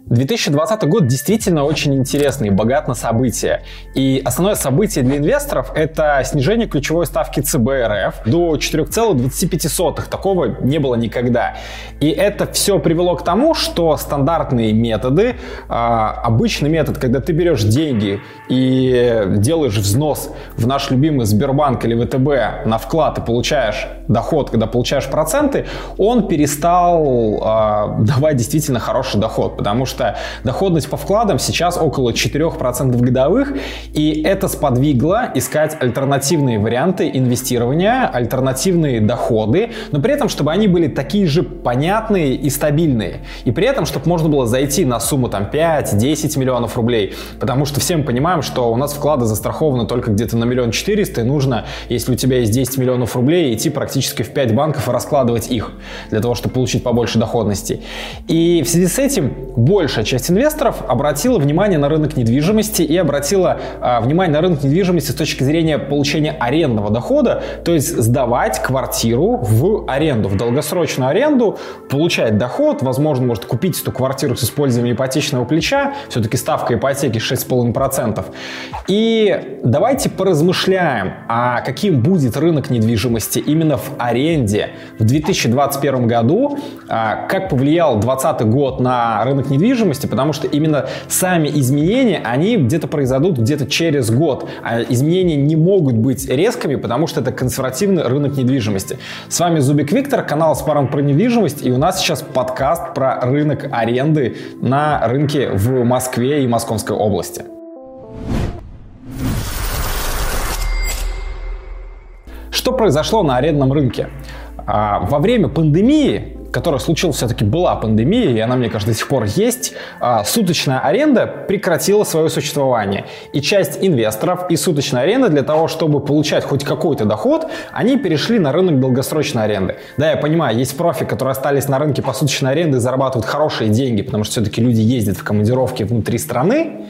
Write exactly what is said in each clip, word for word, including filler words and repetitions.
две тысячи двадцатый год действительно очень интересный, богат на события. И основное событие для инвесторов — это снижение ключевой ставки ЦБ РФ до четыре целых двадцать пять сотых. Такого не было никогда. И это все привело к тому, что стандартные методы, обычный метод, когда ты берешь деньги и делаешь взнос в наш любимый Сбербанк или ВТБ на вклад и получаешь доход, когда получаешь проценты, он перестал давать действительно хороший доход, потому что что доходность по вкладам сейчас около четыре процента годовых, и это сподвигло искать альтернативные варианты инвестирования, альтернативные доходы, но при этом, чтобы они были такие же понятные и стабильные. И при этом, чтобы можно было зайти на сумму там пять-десять миллионов рублей, потому что все мы понимаем, что у нас вклады застрахованы только где-то на миллион четыреста, и нужно, если у тебя есть десять миллионов рублей, идти практически в пять банков и раскладывать их для того, чтобы получить побольше доходности. И в связи с этим больше Большая часть инвесторов обратила внимание на рынок недвижимости и обратила а, внимание на рынок недвижимости с точки зрения получения арендного дохода, то есть сдавать квартиру в аренду, в долгосрочную аренду, получать доход, возможно, может купить эту квартиру с использованием ипотечного плеча, все-таки ставка ипотеки шесть целых пять десятых процента. И давайте поразмышляем, а каким будет рынок недвижимости именно в аренде в две тысячи двадцать первом году, а, как повлиял двадцатый год на рынок недвижимости, потому что именно сами изменения, они где-то произойдут где-то через год. А изменения не могут быть резкими, потому что это консервативный рынок недвижимости. С вами Зубик Виктор, канал «Спарринг про недвижимость», и у нас сейчас подкаст про рынок аренды на рынке в Москве и Московской области. Что произошло на арендном рынке? Во время пандемии, которая случилась, все-таки была пандемия, и она, мне кажется, до сих пор есть, а, суточная аренда прекратила свое существование. И часть инвесторов и суточной аренды для того, чтобы получать хоть какой-то доход, они перешли на рынок долгосрочной аренды. Да, я понимаю, есть профи, которые остались на рынке посуточной аренды и зарабатывают хорошие деньги, потому что все-таки люди ездят в командировки внутри страны,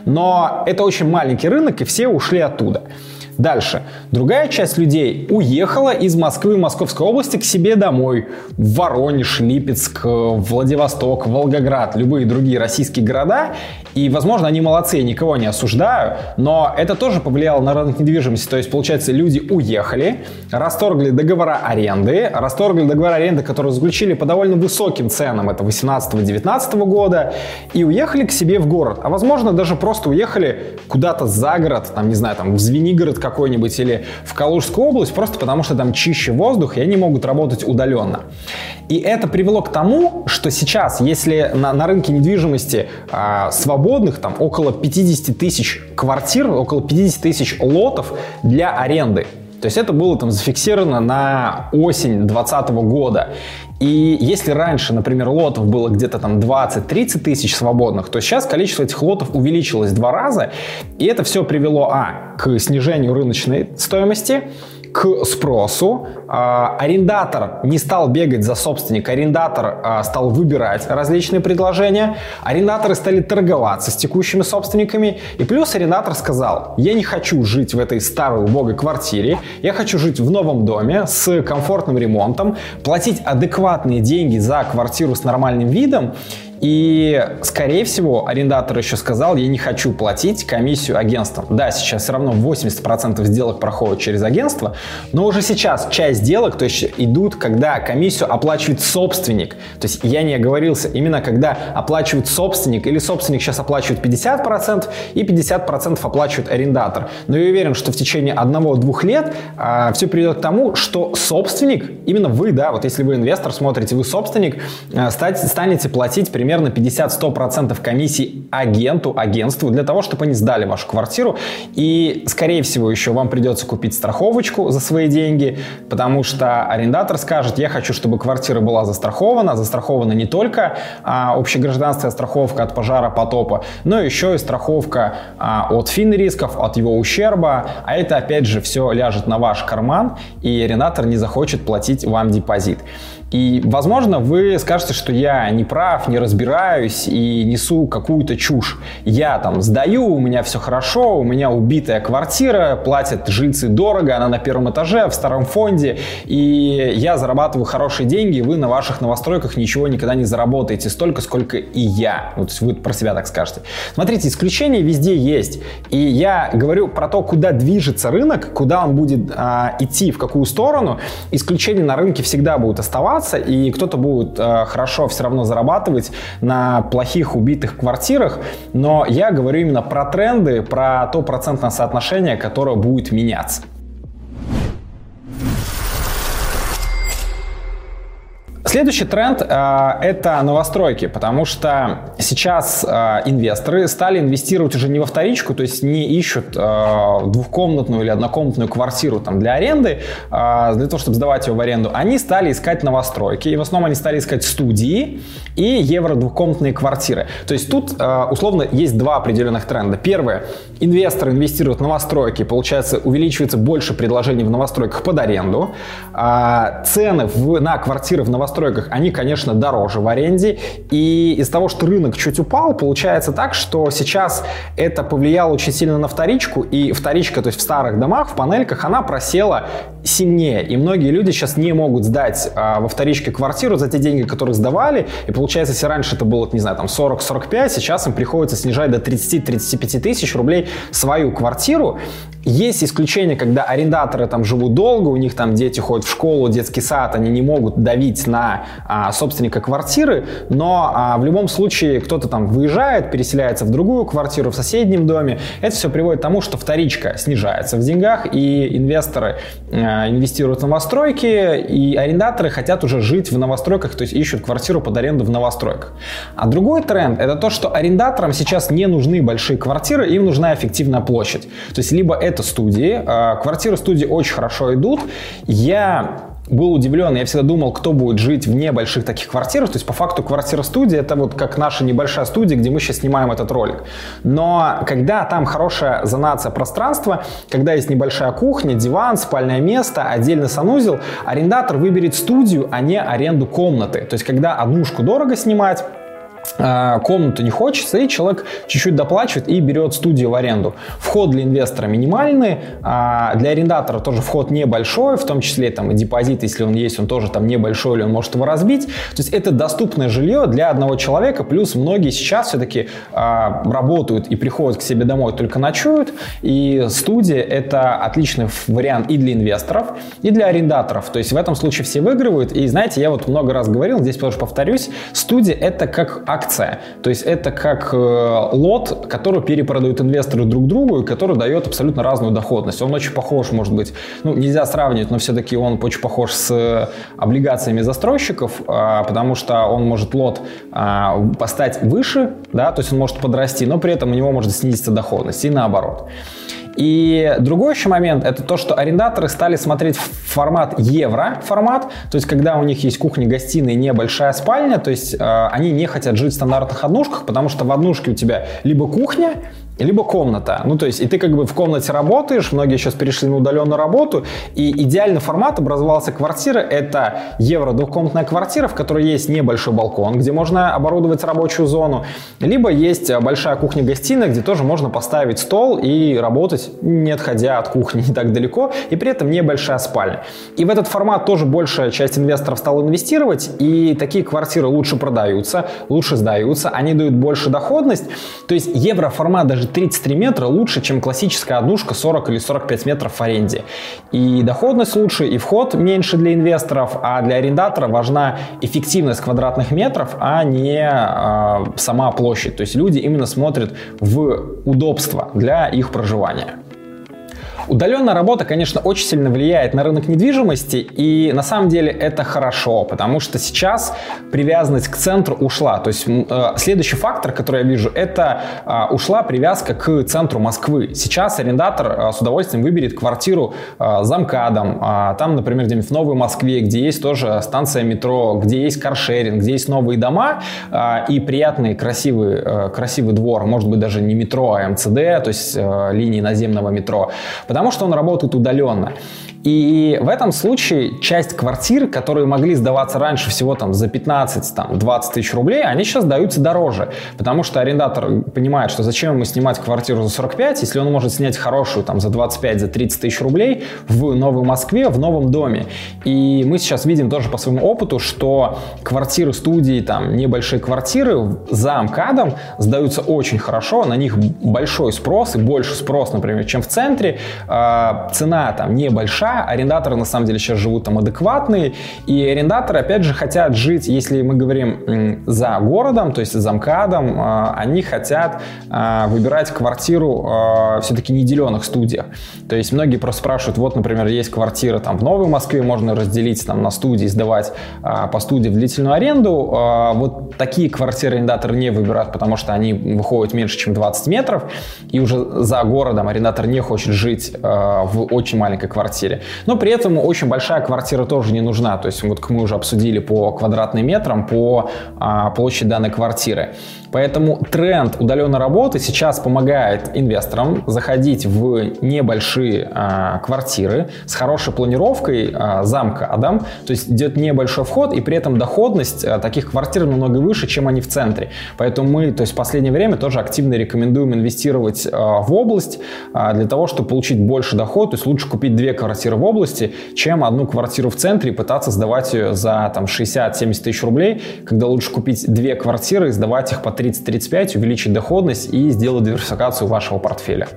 но это очень маленький рынок, и все ушли оттуда. Дальше. Другая часть людей уехала из Москвы и Московской области к себе домой. В Воронеж, Липецк, Владивосток, Волгоград, любые другие российские города. И, возможно, они молодцы, я никого не осуждаю, но это тоже повлияло на рынок недвижимости. То есть, получается, люди уехали, расторгли договора аренды, расторгли договора аренды, которые заключили по довольно высоким ценам, это восемнадцатого-девятнадцатого года, и уехали к себе в город. А, возможно, даже просто уехали куда-то за город, там, не знаю, там, в Звенигород какой-нибудь или в Калужскую область, просто потому что там чище воздух, и они могут работать удаленно. И это привело к тому, что сейчас, если на, на рынке недвижимости а, свободных, там около пятьдесят тысяч квартир, около пятьдесят тысяч лотов для аренды, то есть это было там зафиксировано на осень двадцатого года. И если раньше, например, лотов было где-то там двадцать-тридцать тысяч свободных, то сейчас количество этих лотов увеличилось в два раза. И это все привело, а, к снижению рыночной стоимости, к спросу. А, арендатор не стал бегать за собственника, арендатор а, стал выбирать различные предложения, арендаторы стали торговаться с текущими собственниками, и плюс арендатор сказал: я не хочу жить в этой старой убогой квартире, я хочу жить в новом доме с комфортным ремонтом, платить адекватные деньги за квартиру с нормальным видом. И, скорее всего, арендатор еще сказал: я не хочу платить комиссию агентствам. Да, сейчас все равно восемьдесят процентов сделок проходят через агентство, но уже сейчас часть сделок, то есть, идут, когда комиссию оплачивает собственник. То есть я не оговорился, именно когда оплачивает собственник, или собственник сейчас оплачивает пятьдесят процентов и пятьдесят процентов оплачивает арендатор. Но я уверен, что в течение одного-двух лет а, все придет к тому, что собственник, именно вы, да, вот если вы инвестор, смотрите, вы собственник, а, стать, станете платить примерно примерно пятьдесят-сто процентов комиссии агенту, агентству для того, чтобы они сдали вашу квартиру. И, скорее всего, еще вам придется купить страховочку за свои деньги, потому что арендатор скажет: я хочу, чтобы квартира была застрахована. Застрахована не только а, общегражданская страховка от пожара, потопа, но еще и страховка а, от финрисков, от его ущерба. А это, опять же, все ляжет на ваш карман, и арендатор не захочет платить вам депозит. И, возможно, вы скажете, что я не прав, не разбираюсь и несу какую-то чушь. Я там сдаю, у меня все хорошо, у меня убитая квартира, платят жильцы дорого, она на первом этаже, в старом фонде, и я зарабатываю хорошие деньги, вы на ваших новостройках ничего никогда не заработаете столько, сколько и я. Вот вы про себя так скажете. Смотрите, исключения везде есть. И я говорю про то, куда движется рынок, куда он будет а, идти, в какую сторону. Исключения на рынке всегда будут оставаться, и кто-то будет а, хорошо все равно зарабатывать на плохих убитых квартирах. Но я говорю именно про тренды, про то процентное соотношение, которое будет меняться. Следующий тренд э, – это новостройки, потому что сейчас э, инвесторы стали инвестировать уже не во вторичку, то есть не ищут э, двухкомнатную или однокомнатную квартиру там, для аренды, э, для того, чтобы сдавать ее в аренду. Они стали искать новостройки, и в основном они стали искать студии и евро-двухкомнатные квартиры. То есть тут э, условно есть два определенных тренда. Первое – инвесторы инвестируют в новостройки, получается увеличивается больше предложений в новостройках под аренду, э, цены в, на квартиры в новостройках они, конечно, дороже в аренде, и из-за того, что рынок чуть упал, получается так, что сейчас это повлияло очень сильно на вторичку, и вторичка, то есть в старых домах, в панельках, она просела сильнее, и многие люди сейчас не могут сдать а, во вторичке квартиру за те деньги, которые сдавали, и получается, если раньше это было, не знаю, там сорок сорок пять, сейчас им приходится снижать до тридцать тридцать пять тысяч рублей свою квартиру. Есть исключения, когда арендаторы там живут долго, у них там дети ходят в школу, детский сад, они не могут давить на а, собственника квартиры, но а, в любом случае кто-то там выезжает, переселяется в другую квартиру, в соседнем доме. Это все приводит к тому, что вторичка снижается в деньгах, и инвесторы а, инвестируют в новостройки, и арендаторы хотят уже жить в новостройках, то есть ищут квартиру под аренду в новостройках. А другой тренд – это то, что арендаторам сейчас не нужны большие квартиры, им нужна эффективная площадь. То есть либо это студии, а, квартиры студии очень хорошо идут. Я был удивлен, я всегда думал, кто будет жить в небольших таких квартирах, то есть по факту квартира-студия это вот как наша небольшая студия, где мы сейчас снимаем этот ролик. Но когда там хорошая зонация пространства, когда есть небольшая кухня, диван, спальное место, отдельный санузел, арендатор выберет студию, а не аренду комнаты. То есть когда однушку дорого снимать, комнату не хочется, и человек чуть-чуть доплачивает и берет студию в аренду. Вход для инвестора минимальный, для арендатора тоже вход небольшой, в том числе там и депозит, если он есть, он тоже там небольшой, или он может его разбить. То есть это доступное жилье для одного человека, плюс многие сейчас все-таки работают и приходят к себе домой, только ночуют, и студия это отличный вариант и для инвесторов, и для арендаторов. То есть в этом случае все выигрывают, и знаете, я вот много раз говорил, здесь тоже повторюсь, студия это как акция. То есть это как э, лот, который перепродают инвесторы друг другу и который дает абсолютно разную доходность. Он очень похож, может быть, ну нельзя сравнивать, но все-таки он очень похож с облигациями застройщиков, э, потому что он может лот э, поставить выше, да, то есть он может подрасти, но при этом у него может снизиться доходность и наоборот. И другой еще момент, это то, что арендаторы стали смотреть формат евро-формат, то есть когда у них есть кухня-гостиная и небольшая спальня, то есть э, они не хотят жить в стандартных однушках, потому что в однушке у тебя либо кухня, либо комната. Ну, то есть, и ты как бы в комнате работаешь, многие сейчас перешли на удаленную работу, и идеальный формат образовался квартиры. Это евро-двухкомнатная квартира, в которой есть небольшой балкон, где можно оборудовать рабочую зону, либо есть большая кухня-гостиная, где тоже можно поставить стол и работать, не отходя от кухни не так далеко, и при этом небольшая спальня. И в этот формат тоже большая часть инвесторов стала инвестировать, и такие квартиры лучше продаются, лучше сдаются, они дают больше доходность. То есть евро-формат даже тридцать три метра лучше, чем классическая однушка сорок или сорок пять метров в аренде. И доходность лучше, и вход меньше для инвесторов, а для арендатора важна эффективность квадратных метров, а не а, сама площадь. То есть люди именно смотрят в удобство для их проживания. Удаленная работа, конечно, очень сильно влияет на рынок недвижимости, и на самом деле это хорошо, потому что сейчас привязанность к центру ушла. То есть э, следующий фактор, который я вижу, это э, ушла привязка к центру Москвы. Сейчас арендатор э, с удовольствием выберет квартиру э, за МКАДом, э, там, например, где-нибудь в Новой Москве, где есть тоже станция метро, где есть каршеринг, где есть новые дома э, и приятный, красивый, э, красивый двор, может быть, даже не метро, а МЦД, то есть э, линии наземного метро. Потому что он работает удаленно. И в этом случае часть квартир, которые могли сдаваться раньше всего там, за пятнадцать-двадцать тысяч рублей, они сейчас сдаются дороже. Потому что арендатор понимает, что зачем ему снимать квартиру за сорок пять, если он может снять хорошую там, за двадцать пять, за тридцать тысяч рублей в Новой Москве, в новом доме. И мы сейчас видим тоже по своему опыту, что квартиры, студии, там, небольшие квартиры за МКАДом сдаются очень хорошо, на них большой спрос и больше спрос, например, чем в центре. Э, цена там небольшая, арендаторы на самом деле сейчас живут там адекватные, и арендаторы опять же хотят жить, если мы говорим м, за городом, то есть за МКАДом, э, они хотят э, выбирать квартиру э, все-таки не в деленных студиях. То есть многие просто спрашивают, вот, например, есть квартира там в Новой Москве, можно разделить там на студии, сдавать э, по студии в длительную аренду. Э, вот такие квартиры арендаторы не выбирают, потому что они выходят меньше, чем двадцать метров, и уже за городом арендатор не хочет жить э, в очень маленькой квартире. Но при этом очень большая квартира тоже не нужна. То есть вот как мы уже обсудили по квадратным метрам, по а, площади данной квартиры. Поэтому тренд удаленной работы сейчас помогает инвесторам заходить в небольшие а, квартиры с хорошей планировкой а, за МКАДом. То есть идет небольшой вход, и при этом доходность а, таких квартир намного выше, чем они в центре. Поэтому мы, то есть в последнее время тоже активно рекомендуем инвестировать а, в область а, для того, чтобы получить больше доход. То есть лучше купить две квартиры в области, чем одну квартиру в центре и пытаться сдавать ее за там, шестьдесят-семьдесят тысяч рублей, когда лучше купить две квартиры и сдавать их по тридцать-тридцать пять, увеличить доходность и сделать диверсификацию вашего портфеля.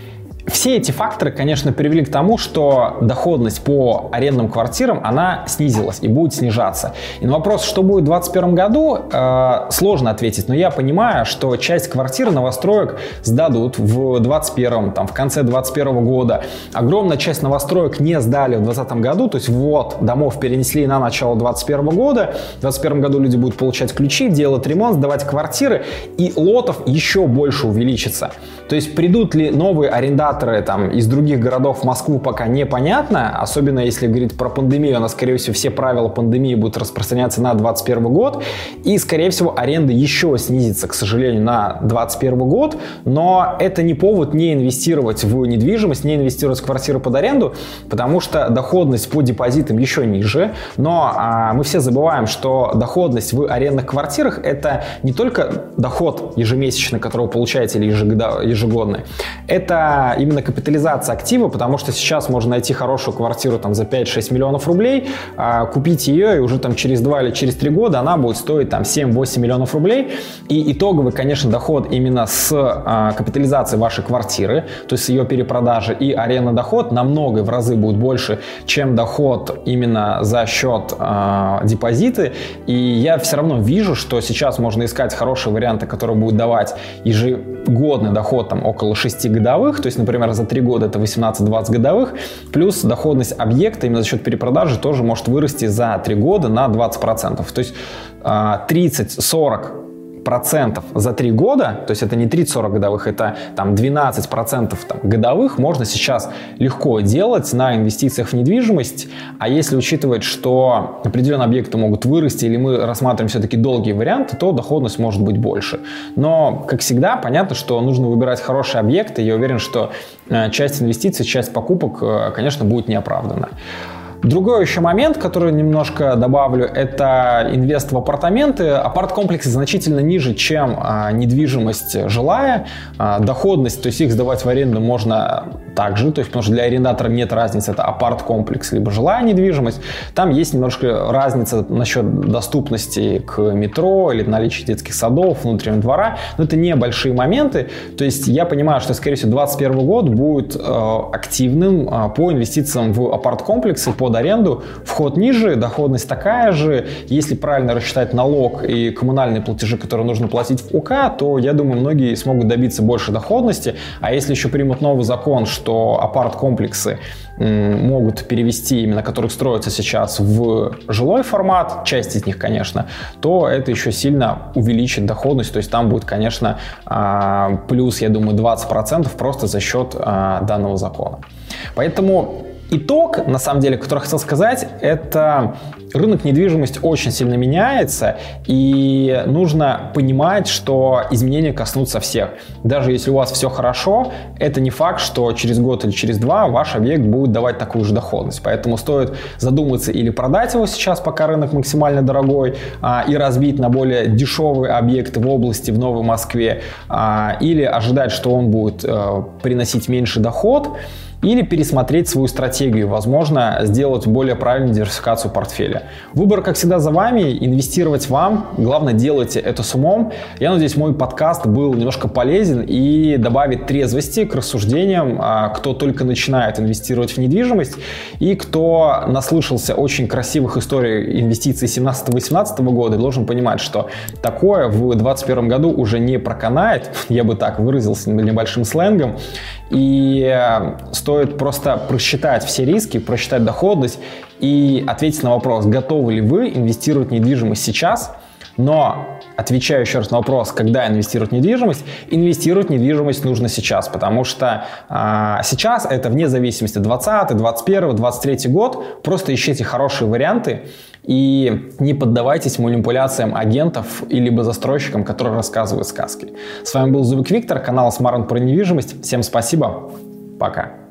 Все эти факторы, конечно, привели к тому, что доходность по арендным квартирам, она снизилась и будет снижаться. И на вопрос, что будет в двадцать первом году, э, сложно ответить, но я понимаю, что часть квартир новостроек сдадут в двадцать первом, там, в конце двадцать первого года. Огромная часть новостроек не сдали в двадцатом году, то есть вот домов перенесли на начало двадцать первого года. В двадцать первом году люди будут получать ключи, делать ремонт, сдавать квартиры, и лотов еще больше увеличится. То есть придут ли новые арендаторы там, из других городов в Москву, пока непонятно, особенно если говорить про пандемию, она, скорее всего, все правила пандемии будут распространяться на двадцать первый год, и, скорее всего, аренда еще снизится, к сожалению, на двадцать первый год, но это не повод не инвестировать в недвижимость, не инвестировать в квартиры под аренду, потому что доходность по депозитам еще ниже, но а, мы все забываем, что доходность в арендных квартирах — это не только доход ежемесячный, который вы получаете, или ежегодный, это именно капитализация актива, потому что сейчас можно найти хорошую квартиру там, за пять-шесть миллионов рублей, а, купить ее, и уже там, через два или через три года она будет стоить там, семь-восемь миллионов рублей. И итоговый, конечно, доход именно с а, капитализацией вашей квартиры, то есть с ее перепродажи, и арендный доход намного в разы будет больше, чем доход именно за счет а, депозиты. И я все равно вижу, что сейчас можно искать хорошие варианты, которые будут давать ежегодный доход там, около шести годовых, то есть, например, за три года это восемнадцать-двадцать годовых, плюс доходность объекта именно за счет перепродажи тоже может вырасти за три года на двадцать процентов. То есть тридцать-сорок процентов за три года, то есть это не тридцать-сорок годовых, это там двенадцать процентов там, годовых можно сейчас легко делать на инвестициях в недвижимость. А если учитывать, что определенные объекты могут вырасти, или мы рассматриваем все-таки долгие варианты, то доходность может быть больше. Но, как всегда, понятно, что нужно выбирать хорошие объекты. Я уверен, что часть инвестиций, часть покупок, конечно, будет неоправданна. Другой еще момент, который немножко добавлю, это инвест в апартаменты. Апарт-комплексы значительно ниже, чем а, недвижимость жилая. А, доходность, то есть их сдавать в аренду можно также, то есть потому что для арендатора нет разницы, это апарт-комплекс либо жилая недвижимость. Там есть немножко разница насчет доступности к метро или наличия детских садов, внутреннего двора, но это небольшие моменты. То есть я понимаю, что, скорее всего, двадцать первый год будет э, активным э, по инвестициям в апарт-комплексы, по под аренду, вход ниже, доходность такая же. Если правильно рассчитать налог и коммунальные платежи, которые нужно платить в УК, то, я думаю, многие смогут добиться больше доходности. А если еще примут новый закон, что апарт-комплексы могут перевести, именно которые строятся сейчас, в жилой формат, часть из них, конечно, то это еще сильно увеличит доходность. То есть там будет, конечно, плюс, я думаю, двадцать процентов просто за счет данного закона. Поэтому итог, на самом деле, который хотел сказать, это рынок недвижимости очень сильно меняется, и нужно понимать, что изменения коснутся всех. Даже если у вас все хорошо, это не факт, что через год или через два ваш объект будет давать такую же доходность. Поэтому стоит задуматься или продать его сейчас, пока рынок максимально дорогой, а, и разбить на более дешевые объекты в области, в Новой Москве, а, или ожидать, что он будет а, приносить меньше доход, или пересмотреть свою стратегию, возможно, сделать более правильную диверсификацию портфеля. Выбор, как всегда, за вами, инвестировать вам, главное, делайте это с умом. Я надеюсь, мой подкаст был немножко полезен и добавит трезвости к рассуждениям, кто только начинает инвестировать в недвижимость и кто наслышался очень красивых историй инвестиций семнадцатого-восемнадцатого года, должен понимать, что такое в двадцать первом году уже не проканает, я бы так выразился небольшим сленгом, и стоит просто просчитать все риски, просчитать доходность и ответить на вопрос, готовы ли вы инвестировать в недвижимость сейчас. Но, отвечаю еще раз на вопрос, когда инвестировать в недвижимость, инвестировать в недвижимость нужно сейчас, потому что а, сейчас это вне зависимости двадцатый, двадцать первый, двадцать третий год, просто ищите хорошие варианты и не поддавайтесь манипуляциям агентов или либо застройщикам, которые рассказывают сказки. С вами был Зубик Виктор, канал Smart про недвижимость. Всем спасибо, пока.